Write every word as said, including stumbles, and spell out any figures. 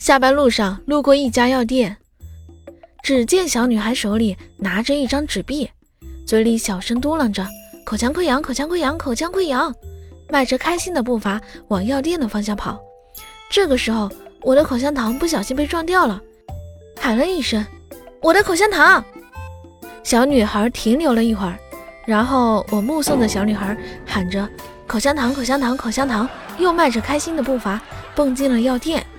下班路上路过一家药店，只见小女孩手里拿着一张纸币，嘴里小声嘟囔着口腔溃疡口腔溃疡口腔溃疡，迈着开心的步伐往药店的方向跑。这个时候我的口香糖不小心被撞掉了，喊了一声我的口香糖。小女孩停留了一会儿，然后我目送着小女孩喊着口香糖口香糖口香糖，又迈着开心的步伐蹦进了药店。